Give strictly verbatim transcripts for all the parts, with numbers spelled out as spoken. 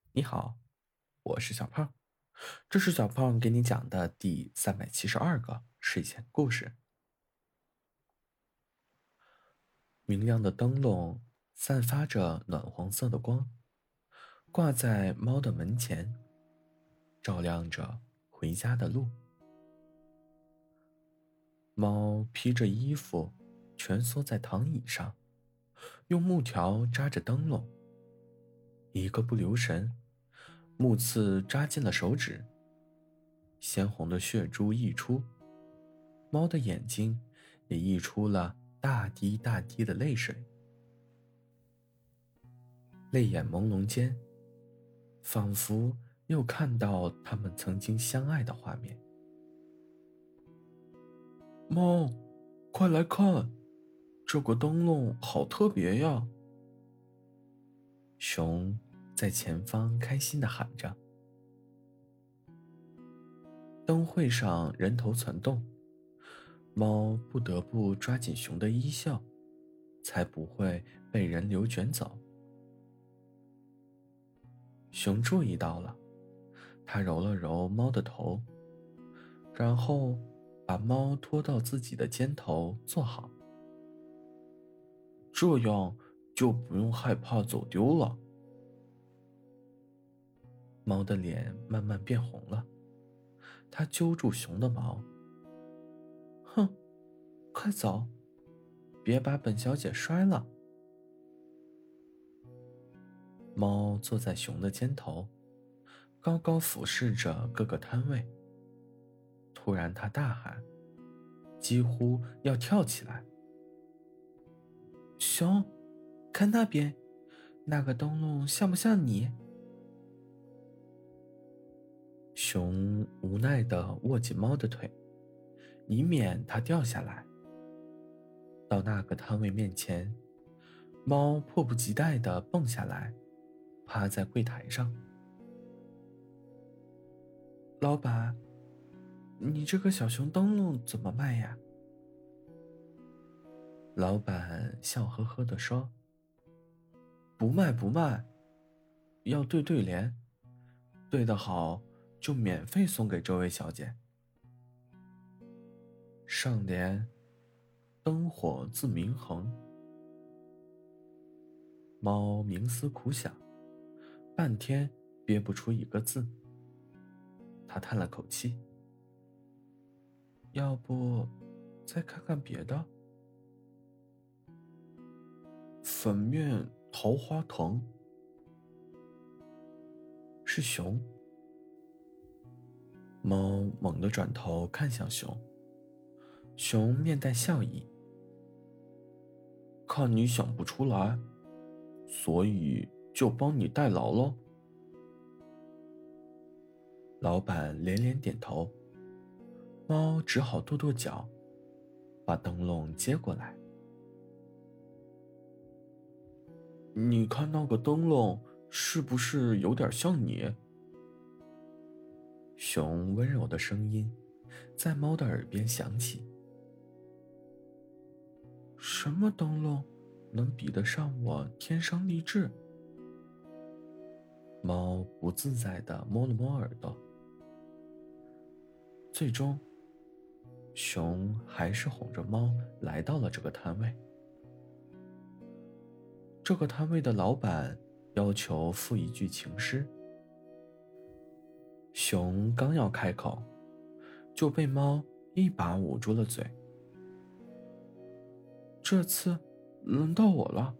你好，我是小胖，这是小胖给你讲的第三百七十二个睡前故事。明亮的灯笼散发着暖黄色的光，挂在猫的门前，照亮着回家的路。猫披着衣服，蜷缩在躺椅上，用木条扎着灯笼，一个不留神，木刺扎进了手指，鲜红的血珠溢出，猫的眼睛也溢出了大滴大滴的泪水。泪眼朦胧间，仿佛又看到他们曾经相爱的画面。猫，快来看，这个灯笼好特别呀！熊在前方开心地喊着。灯会上人头攒动，猫不得不抓紧熊的衣袖，才不会被人流卷走。熊注意到了，他揉了揉猫的头，然后把猫拖到自己的肩头坐好，这样就不用害怕走丢了。猫的脸慢慢变红了，它揪住熊的毛，哼，快走，别把本小姐摔了。猫坐在熊的肩头，高高俯视着各个摊位。突然它大喊，几乎要跳起来。熊，看那边，那个灯笼像不像你？熊无奈地握紧猫的腿，以免它掉下来。到那个摊位面前，猫迫不及待地蹦下来，趴在柜台上。老板，你这个小熊灯笼怎么卖呀？老板笑呵呵地说：不卖不卖，要对对联，对得好就免费送给这位小姐。上联：灯火自明衡。猫冥思苦想，半天憋不出一个字。他叹了口气，要不再看看别的？粉面桃花藤。是熊。猫猛地转头看向熊，熊面带笑意。看你想不出来，所以就帮你代劳喽。老板连连点头，猫只好跺跺脚，把灯笼接过来。你看那个灯笼是不是有点像你？熊温柔的声音在猫的耳边响起。什么灯笼能比得上我天生丽质？猫不自在地摸了摸耳朵。最终，熊还是哄着猫来到了这个摊位。这个摊位的老板要求附一句情诗。熊刚要开口，就被猫一把捂住了嘴。这次轮到我了。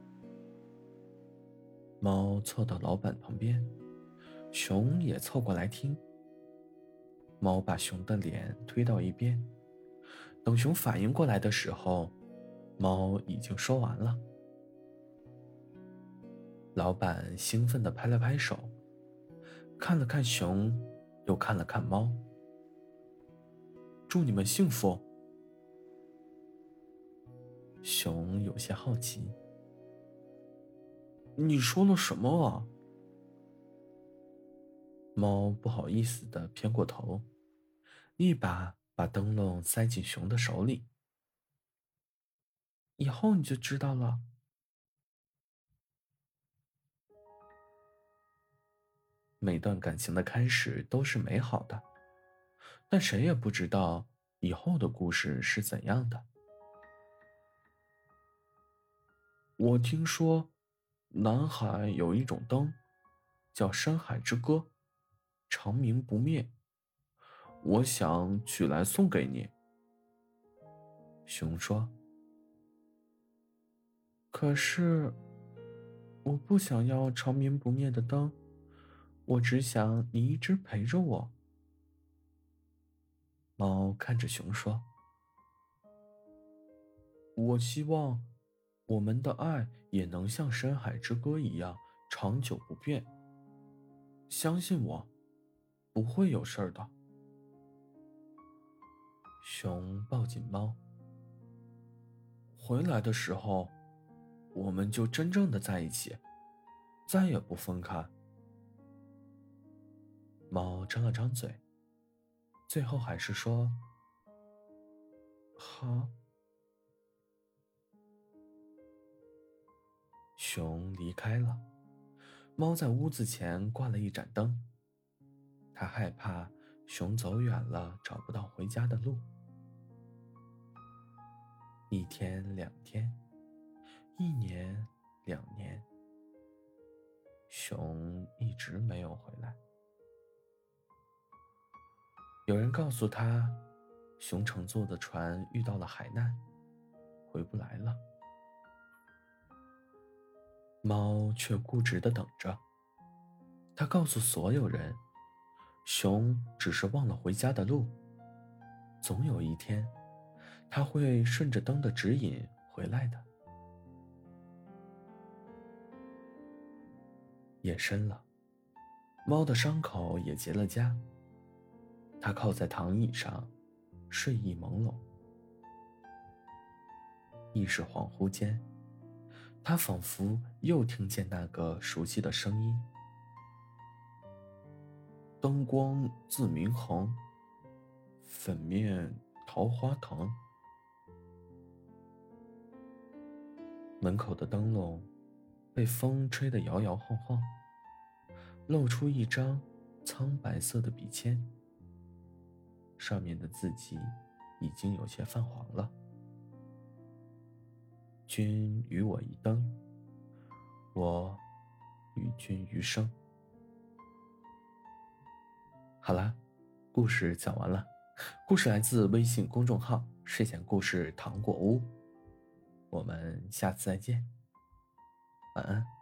猫凑到老板旁边，熊也凑过来听。猫把熊的脸推到一边，等熊反应过来的时候，猫已经说完了。老板兴奋地拍了拍手，看了看熊，又看了看猫。祝你们幸福。熊有些好奇，你说了什么啊？猫不好意思地偏过头，一把把灯笼塞进熊的手里。以后你就知道了。 每段感情的开始都是美好的，但谁也不知道以后的故事是怎样的。我听说，南海有一种灯，叫山海之歌，长明不灭。我想取来送给你。熊说。可是，我不想要长明不灭的灯，我只想你一直陪着我。猫看着熊说。我希望我们的爱也能像深海之歌一样长久不变。相信我，不会有事儿的。熊抱紧猫。回来的时候，我们就真正的在一起，再也不分开。猫张了张嘴，最后还是说：好。熊离开了，猫在屋子前挂了一盏灯。它害怕熊走远了找不到回家的路。一天两天，一年两年，熊一直没有回来。有人告诉他，熊乘坐的船遇到了海难，回不来了。猫却固执地等着。它告诉所有人，熊只是忘了回家的路，总有一天，它会顺着灯的指引回来的。夜深了，猫的伤口也结了痂。它靠在躺椅上，睡意朦胧。意识恍惚间，它仿佛又听见那个熟悉的声音：灯光自明恒，粉面桃花藤。门口的灯笼被风吹得摇摇晃晃，露出一张苍白色的笔签，上面的字迹已经有些泛黄了。君与我一灯，我与君余生。好啦，故事讲完了。故事来自微信公众号睡前故事糖果屋。我们下次再见，晚安。